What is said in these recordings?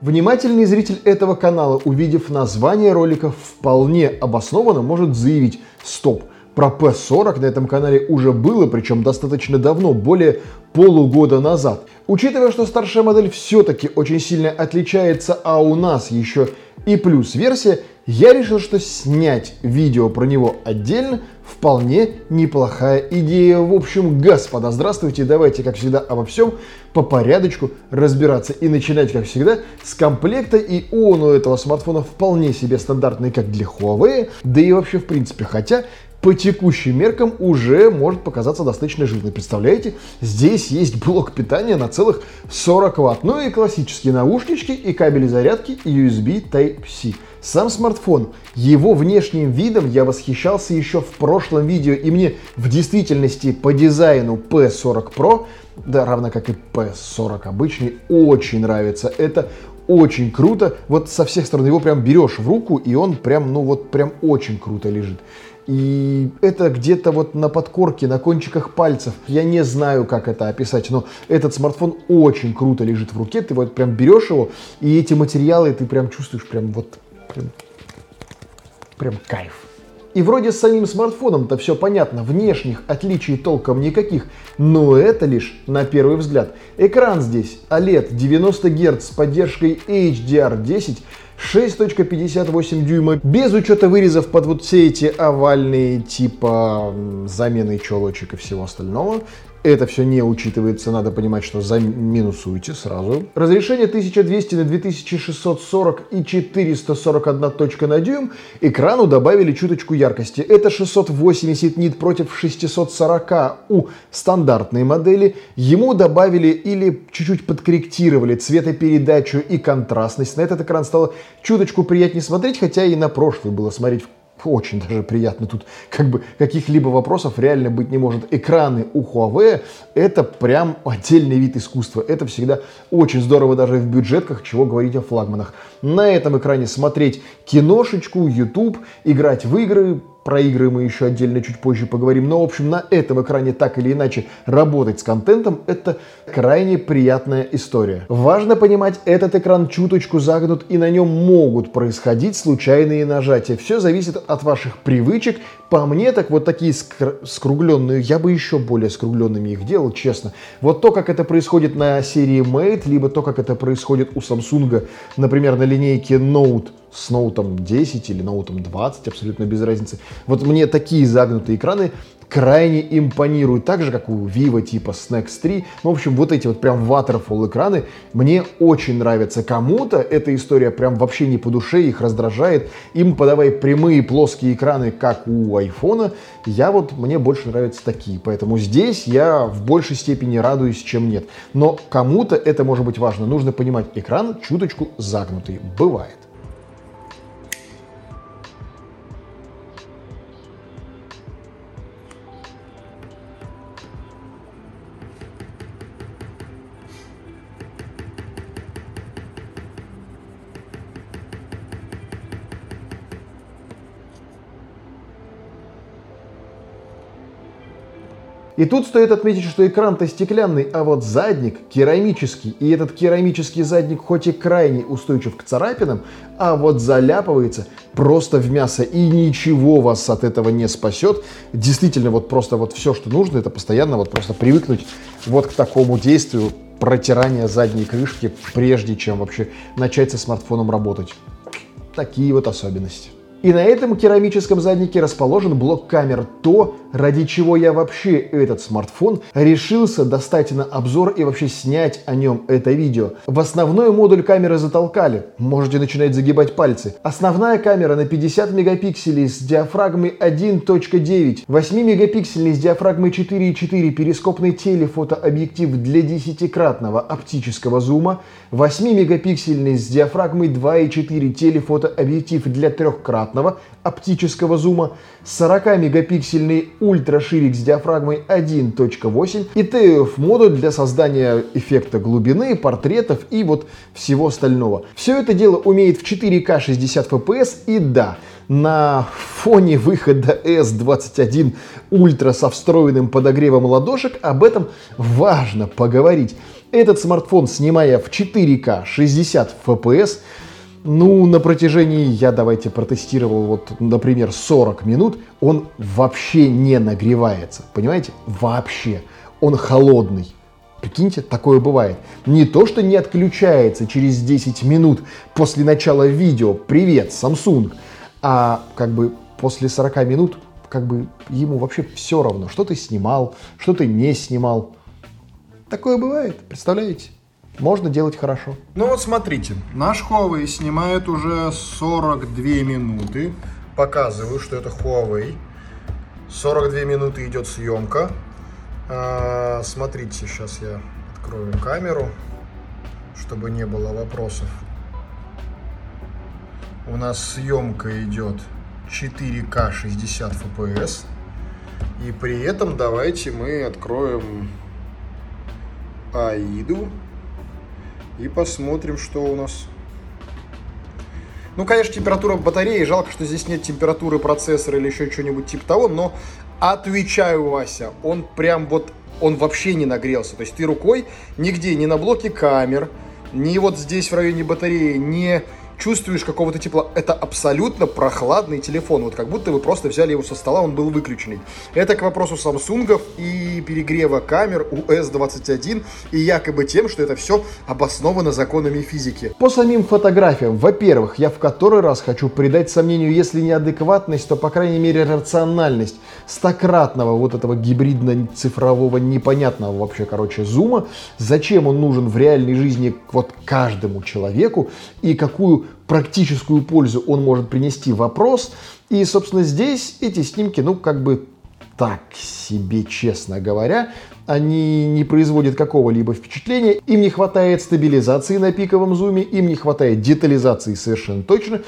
Внимательный зритель этого канала, увидев название ролика, вполне обоснованно может заявить: стоп, про P40 на этом канале уже было, причем достаточно давно, более полугода назад. Учитывая, что старшая модель все-таки очень сильно отличается, а у нас еще и плюс версия, я решил, что снять видео про него отдельно вполне неплохая идея. В общем, господа, здравствуйте, давайте, как всегда, обо всем по порядочку разбираться и начинать, как всегда, с комплекта. И он у этого смартфона вполне себе стандартный, как для Huawei, да и вообще в принципе, хотя по текущим меркам уже может показаться достаточно жирный. Представляете, здесь есть блок питания на целых 40 Вт. Ну и классические наушнички, и кабели зарядки, и USB Type-C. Сам смартфон, его внешним видом я восхищался еще в прошлом видео, и мне в действительности по дизайну P40 Pro, да, равно как и P40 обычный, очень нравится. Это очень круто. Вот со всех сторон его прям берешь в руку, и он прям, ну вот прям очень круто лежит. И это где-то вот на подкорке, на кончиках пальцев. Я не знаю, как это описать, но этот смартфон очень круто лежит в руке. Ты вот прям берешь его, и эти материалы ты прям чувствуешь, прям вот, прям кайф. И вроде с самим смартфоном-то все понятно, внешних отличий толком никаких, но это лишь на первый взгляд. Экран здесь OLED 90 Гц с поддержкой HDR10, 6.58 дюйма, без учета вырезов под вот все эти овальные типа замены челочек и всего остального. Это все не учитывается, надо понимать, что заминусуете сразу. Разрешение 1200 на 2640 и 441 точка на дюйм. Экрану добавили чуточку яркости. Это 680 нит против 640 у стандартной модели. Ему добавили или чуть-чуть подкорректировали цветопередачу и контрастность. На этот экран стало чуточку приятнее смотреть, хотя и на прошлый было смотреть очень даже приятно. Тут как бы каких-либо вопросов реально быть не может. Экраны у Huawei это прям отдельный вид искусства. Это всегда очень здорово даже в бюджетках, чего говорить о флагманах. На этом экране смотреть киношечку, YouTube, играть в игры. Про игры мы еще отдельно чуть позже поговорим. Но, в общем, на этом экране так или иначе работать с контентом — это крайне приятная история. Важно понимать, этот экран чуточку загнут, и на нем могут происходить случайные нажатия. Все зависит от ваших привычек. По мне, так вот такие скругленные, я бы еще более скругленными их делал, честно. Вот то, как это происходит на серии Mate, либо то, как это происходит у Samsung, например, на линейке Note с Note 10 или Note 20, абсолютно без разницы. Вот мне такие загнутые экраны крайне импонируют, так же, как у Vivo типа Snake 3. Ну, в общем, вот эти вот прям waterfall экраны мне очень нравятся. Кому-то эта история прям вообще не по душе, их раздражает. Им подавай прямые плоские экраны, как у айфона. Мне больше нравятся такие. Поэтому здесь я в большей степени радуюсь, чем нет. Но кому-то это может быть важно. Нужно понимать, экран чуточку загнутый. Бывает. И тут стоит отметить, что экран-то стеклянный, а вот задник керамический. И этот керамический задник хоть и крайне устойчив к царапинам, а вот заляпывается просто в мясо. И ничего вас от этого не спасет. Действительно, вот просто вот все, что нужно, это постоянно вот просто привыкнуть вот к такому действию протирания задней крышки, прежде чем вообще начать со смартфоном работать. Такие вот особенности. И на этом керамическом заднике расположен блок камер. То, ради чего я вообще этот смартфон решился достать на обзор и вообще снять о нем это видео. В основной модуль камеры затолкали. Можете начинать загибать пальцы. Основная камера на 50 мегапикселей с диафрагмой 1.9, 8-мегапиксельный с диафрагмой 4.4 перископный телефотообъектив для 10-кратного оптического зума, 8-мегапиксельный с диафрагмой 2.4 телефотообъектив для 3-кратного оптического зума, 40-мегапиксельный ультраширик с диафрагмой 1.8 и TF-модуль для создания эффекта глубины, портретов и вот всего остального. Все это дело умеет в 4К 60 FPS, и да, на фоне выхода S21 Ultra со встроенным подогревом ладошек об этом важно поговорить. Этот смартфон, снимая в 4К 60 FPS, ну, на протяжении, давайте протестировал, вот, например, 40 минут, он вообще не нагревается, понимаете? Вообще. Он холодный. Прикиньте, такое бывает. Не то, что не отключается через 10 минут после начала видео «Привет, Samsung», а как бы после 40 минут как бы ему вообще все равно, что ты снимал, что ты не снимал. Такое бывает, представляете? Можно делать хорошо. Ну вот смотрите, наш Huawei снимает уже 42 минуты. Показываю, что это Huawei. 42 минуты идет съемка. Смотрите, сейчас я открою камеру, чтобы не было вопросов. У нас съемка идет 4К 60 FPS. И при этом давайте мы откроем AIDA и посмотрим, что у нас. Ну, конечно, температура батареи. Жалко, что здесь нет температуры процессора или еще что-нибудь типа того, но отвечаю, Вася, он прям вот, он вообще не нагрелся. То есть ты рукой нигде, ни на блоке камер, ни вот здесь в районе батареи, не чувствуешь какого-то тепла. Это абсолютно прохладный телефон. Вот как будто вы просто взяли его со стола, он был выключенный. Это к вопросу Samsung и перегрева камер у S21 и якобы тем, что это все обосновано законами физики. По самим фотографиям, во-первых, я в который раз хочу придать сомнению, если не адекватность, то, по крайней мере, рациональность стократного вот этого гибридно-цифрового непонятного вообще, зума. Зачем он нужен в реальной жизни вот каждому человеку и какую практическую пользу он может принести, вопрос. И, собственно, здесь эти снимки, ну, как бы так себе, честно говоря, они не производят какого-либо впечатления, им не хватает стабилизации на пиковом зуме, им не хватает детализации совершенно точно.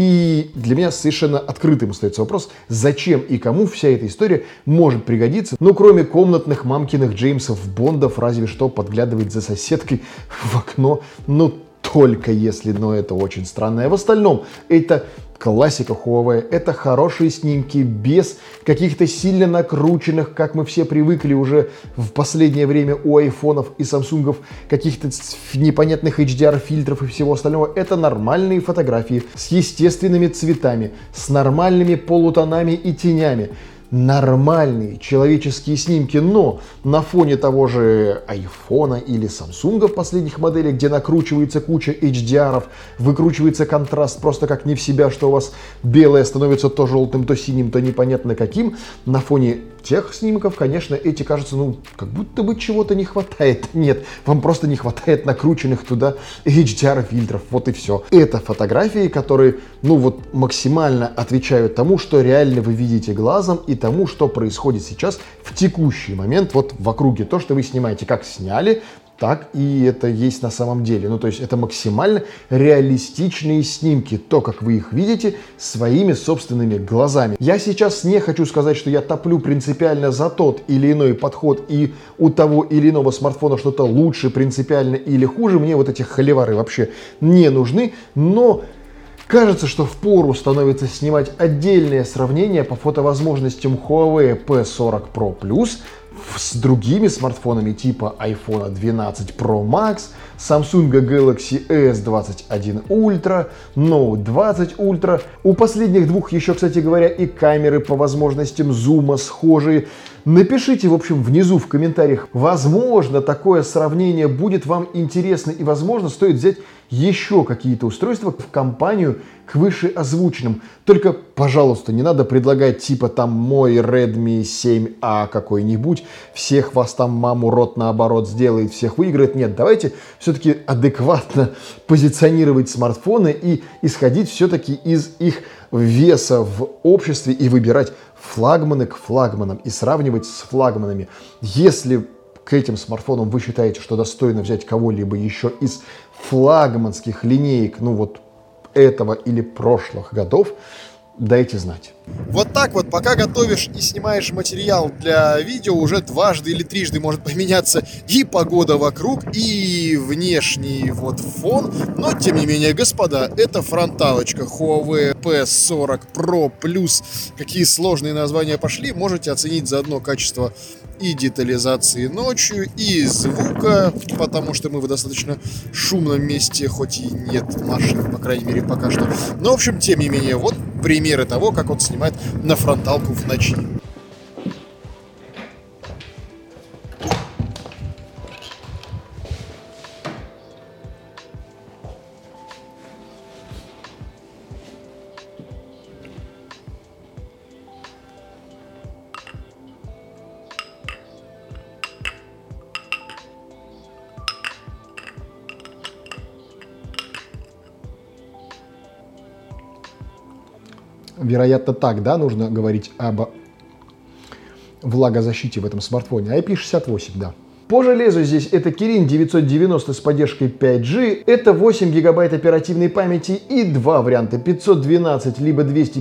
И для меня совершенно открытым остается вопрос, зачем и кому вся эта история может пригодиться, ну, кроме комнатных мамкиных Джеймсов Бондов, разве что подглядывать за соседкой в окно, ну, только если, но это очень странно. А в остальном, это классика Huawei, это хорошие снимки без каких-то сильно накрученных, как мы все привыкли уже в последнее время у айфонов и самсунгов, каких-то непонятных HDR-фильтров и всего остального. Это нормальные фотографии с естественными цветами, с нормальными полутонами и тенями. Нормальные человеческие снимки, но на фоне того же айфона или самсунга в последних моделях, где накручивается куча HDR-ов, выкручивается контраст просто как не в себя, что у вас белое становится то желтым, то синим, то непонятно каким, на фоне тех снимков, конечно, эти кажутся, ну, как будто бы чего-то не хватает. Нет, вам просто не хватает накрученных туда HDR-фильтров, вот и все. Это фотографии, которые, ну, вот максимально отвечают тому, что реально вы видите глазом и тому, что происходит сейчас в текущий момент, вот в округе. То, что вы снимаете, как сняли, так и это есть на самом деле. Ну, то есть это максимально реалистичные снимки, то, как вы их видите своими собственными глазами. Я сейчас не хочу сказать, что я топлю принципиально за тот или иной подход, и у того или иного смартфона что-то лучше принципиально или хуже. Мне вот эти холивары вообще не нужны, но кажется, что впору становится снимать отдельное сравнение по фотовозможностям Huawei P40 Pro Plus с другими смартфонами типа iPhone 12 Pro Max, Samsung Galaxy S21 Ultra, Note 20 Ultra. У последних двух еще, кстати говоря, и камеры по возможностям зума схожие. Напишите, в общем, внизу в комментариях, возможно, такое сравнение будет вам интересно и, возможно, стоит взять еще какие-то устройства в компанию к вышеозвученным. Только, пожалуйста, не надо предлагать типа там мой Redmi 7A какой-нибудь, всех вас там маму рот наоборот сделает, всех выиграет. Нет, давайте все-таки адекватно позиционировать смартфоны и исходить все-таки из их веса в обществе и выбирать флагманы к флагманам и сравнивать с флагманами. Если к этим смартфонам вы считаете, что достойно взять кого-либо еще из флагманских линеек, ну вот этого или прошлых годов, дайте знать. Вот так вот, пока готовишь и снимаешь материал для видео, уже дважды или трижды может поменяться и погода вокруг, и внешний вот фон. Но, тем не менее, господа, это фронталочка Huawei P40 Pro Plus. Какие сложные названия пошли, можете оценить заодно качество и детализации ночью, и звука, потому что мы в достаточно шумном месте, хоть и нет машин, по крайней мере, пока что. Но, в общем, тем не менее, вот примеры того, как он снимает на фронталку в ночи. Вероятно, так, да, нужно говорить об влагозащите в этом смартфоне. IP68, да. По железу здесь это Kirin 990 с поддержкой 5G, это 8 гигабайт оперативной памяти и два варианта: 512 либо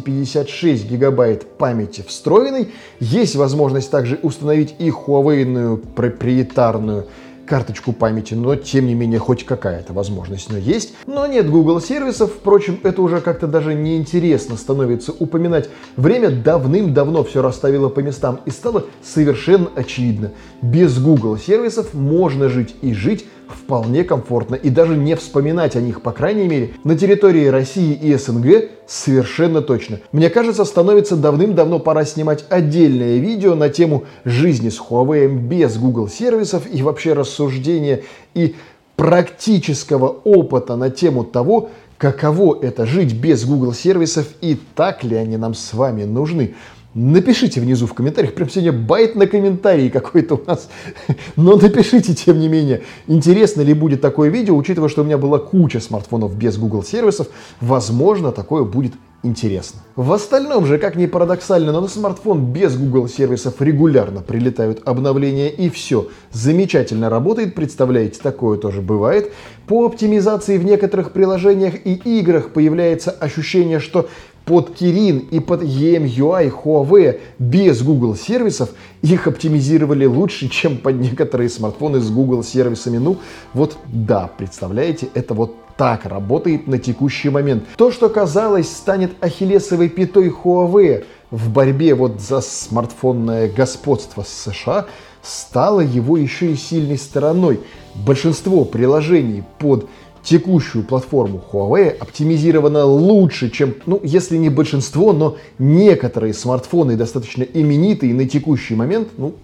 256 гигабайт памяти встроенной. Есть возможность также установить и Huawei-ную проприетарную карточку памяти, но тем не менее хоть какая-то возможность, но есть. Но нет Google сервисов, впрочем, это уже как-то даже неинтересно становится упоминать. Время давным-давно все расставило по местам и стало совершенно очевидно: без Google сервисов можно жить и жить вполне комфортно, и даже не вспоминать о них, по крайней мере, на территории России и СНГ совершенно точно. Мне кажется, становится давным-давно пора снимать отдельное видео на тему жизни с Huawei без Google сервисов и вообще рассуждения и практического опыта на тему того, каково это жить без Google сервисов и так ли они нам с вами нужны. Напишите внизу в комментариях, прям сегодня байт на комментарии какой-то у нас, но напишите, тем не менее, интересно ли будет такое видео, учитывая, что у меня была куча смартфонов без Google сервисов, возможно, такое будет интересно. В остальном же, как ни парадоксально, но на смартфон без Google сервисов регулярно прилетают обновления, и все замечательно работает, представляете, такое тоже бывает. По оптимизации в некоторых приложениях и играх появляется ощущение, что под Kirin и под EMUI Huawei без Google сервисов их оптимизировали лучше, чем под некоторые смартфоны с Google сервисами. Ну, вот да, представляете, это вот так работает на текущий момент. То, что казалось станет ахиллесовой пятой Huawei в борьбе вот за смартфонное господство США, стало его еще и сильной стороной. Большинство приложений под текущую платформу Huawei оптимизировано лучше, чем, ну, если не большинство, но некоторые смартфоны достаточно именитые на текущий момент. Ну,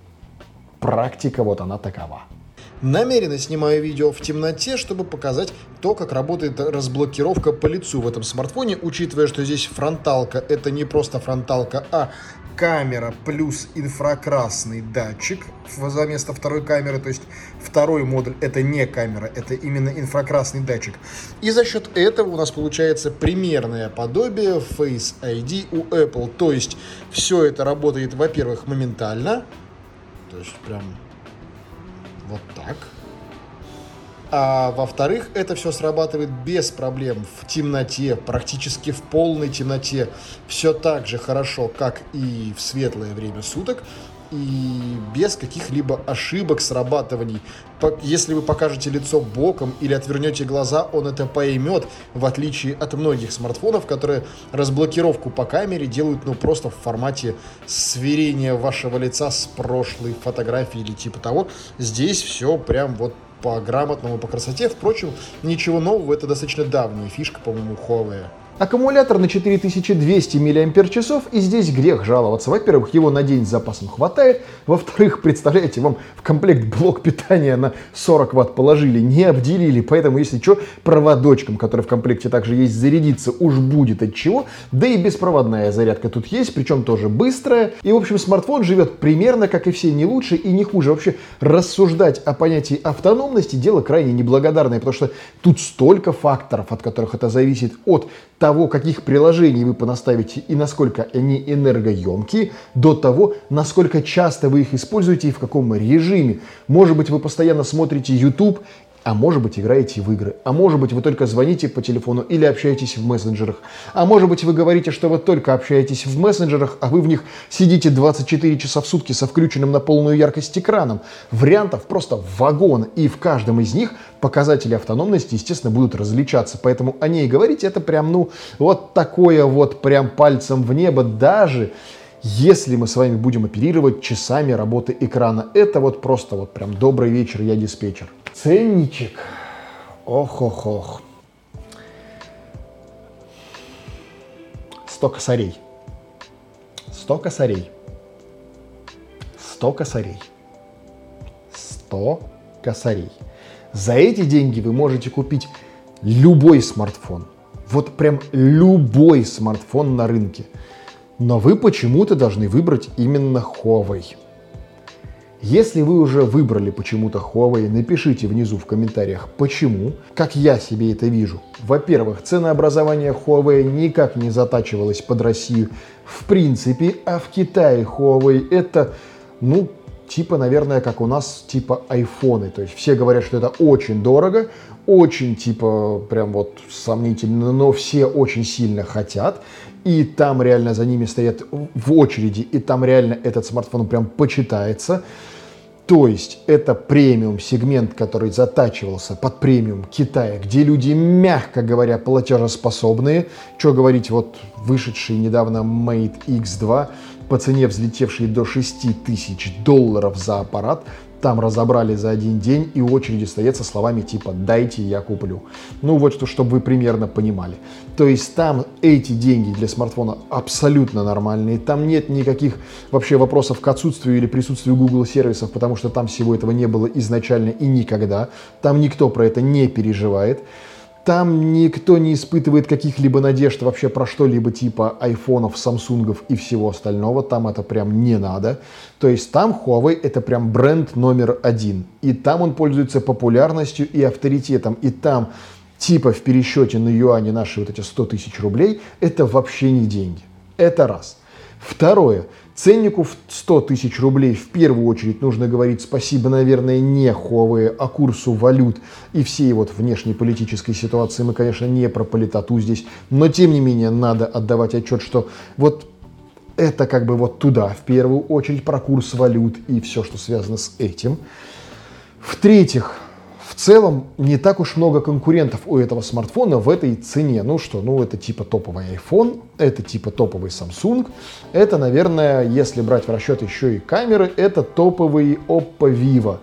практика вот она такова. Намеренно снимаю видео в темноте, чтобы показать то, как работает разблокировка по лицу в этом смартфоне, учитывая, что здесь фронталка — это не просто фронталка, а камера плюс инфракрасный датчик вместо второй камеры, то есть второй модуль — это не камера, это именно инфракрасный датчик. И за счет этого у нас получается примерное подобие Face ID у Apple, то есть все это работает, во-первых, моментально, то есть прям вот так. А во-вторых, это все срабатывает без проблем в темноте, практически в полной темноте, все так же хорошо, как и в светлое время суток, и без каких-либо ошибок срабатываний. Если вы покажете лицо боком или отвернете глаза, он это поймет, в отличие от многих смартфонов, которые разблокировку по камере делают, ну, просто в формате сверения вашего лица с прошлой фотографией или типа того. Здесь все прям вот по-грамотному, по красоте. Впрочем, ничего нового, это достаточно давняя фишка, по-моему, Huawei. Аккумулятор на 4200 мАч, и здесь грех жаловаться. Во-первых, его на день с запасом хватает. Во-вторых, представляете, вам в комплект блок питания на 40 Вт положили, не обделили. Поэтому, если что, проводочком, который в комплекте также есть, зарядиться уж будет от чего. Да и беспроводная зарядка тут есть, причем тоже быстрая. И, в общем, смартфон живет примерно, как и все, не лучше и не хуже. Вообще, рассуждать о понятии автономности — дело крайне неблагодарное, потому что тут столько факторов, от которых это зависит, от того, каких приложений вы понаставите и насколько они энергоемкие, до того, насколько часто вы их используете и в каком режиме. Может быть, вы постоянно смотрите YouTube, а может быть, играете в игры, а может быть, вы только звоните по телефону или общаетесь в мессенджерах, а может быть, вы говорите, что вы только общаетесь в мессенджерах, а вы в них сидите 24 часа в сутки со включенным на полную яркость экраном. Вариантов просто вагон, и в каждом из них показатели автономности, естественно, будут различаться, поэтому о ней говорить — это прям, ну, вот такое вот прям пальцем в небо, даже если мы с вами будем оперировать часами работы экрана. Это вот просто вот прям добрый вечер, я диспетчер. Ценничек. Ох-ох-ох. 100 косарей. 100 косарей. 100 косарей. 100 косарей. За эти деньги вы можете купить любой смартфон. Вот прям любой смартфон на рынке. Но вы почему-то должны выбрать именно Huawei. Если вы уже выбрали почему-то Huawei, напишите внизу в комментариях, почему, как я себе это вижу. Во-первых, ценообразование Huawei никак не затачивалось под Россию в принципе, а в Китае Huawei это, ну, типа, наверное, как у нас, типа айфоны. То есть все говорят, что это очень дорого, очень, типа, прям вот сомнительно, но все очень сильно хотят. И там реально за ними стоят в очереди, и там реально этот смартфон прям почитается. То есть это премиум-сегмент, который затачивался под премиум Китая, где люди, мягко говоря, платежеспособные. Что говорить, вот вышедший недавно Mate X2 по цене взлетевший до $6000 за аппарат, там разобрали за один день и очереди стоят со словами типа «дайте, я куплю». Ну вот, чтобы вы примерно понимали. То есть там эти деньги для смартфона абсолютно нормальные, там нет никаких вообще вопросов к отсутствию или присутствию Google сервисов, потому что там всего этого не было изначально и никогда. Там никто про это не переживает. Там никто не испытывает каких-либо надежд вообще про что-либо типа айфонов, самсунгов и всего остального. Там это прям не надо. То есть там Huawei это прям бренд номер один. И там он пользуется популярностью и авторитетом. И там типа в пересчете на юани наши вот эти 100 тысяч рублей это вообще не деньги. Это раз. Второе. Ценнику в 100 тысяч рублей в первую очередь нужно говорить спасибо, наверное, не Huawei, а курсу валют и всей вот внешнеполитической ситуации. Мы, конечно, не про политоту здесь, но тем не менее надо отдавать отчет, что вот это как бы вот туда, в первую очередь, про курс валют и все, что связано с этим. В-третьих, в целом не так уж много конкурентов у этого смартфона в этой цене. Ну что, ну это типа топовый iPhone, это типа топовый Samsung, это, наверное, если брать в расчет еще и камеры, это топовый Oppo Vivo.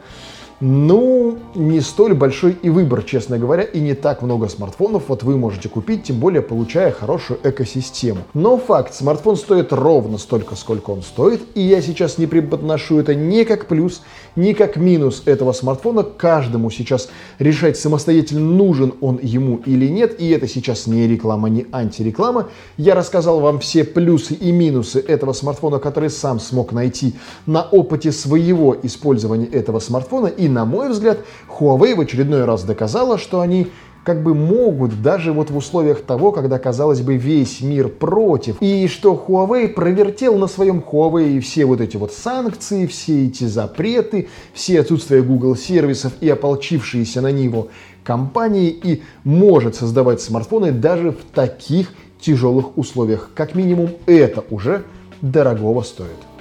Ну, не столь большой и выбор, честно говоря, и не так много смартфонов вот вы можете купить, тем более получая хорошую экосистему. Но факт, смартфон стоит ровно столько, сколько он стоит, и я сейчас не преподношу это ни как плюс, ни как минус этого смартфона. Каждому сейчас решать самостоятельно, нужен он ему или нет, и это сейчас не реклама, не антиреклама. Я рассказал вам все плюсы и минусы этого смартфона, которые сам смог найти на опыте своего использования этого смартфона, и на мой взгляд, Huawei в очередной раз доказала, что они как бы могут даже вот в условиях того, когда, казалось бы, весь мир против. И что Huawei провертел на своем Huawei все вот эти вот санкции, все эти запреты, все отсутствие Google сервисов и ополчившиеся на него компании и может создавать смартфоны даже в таких тяжелых условиях. Как минимум это уже дорогого стоит.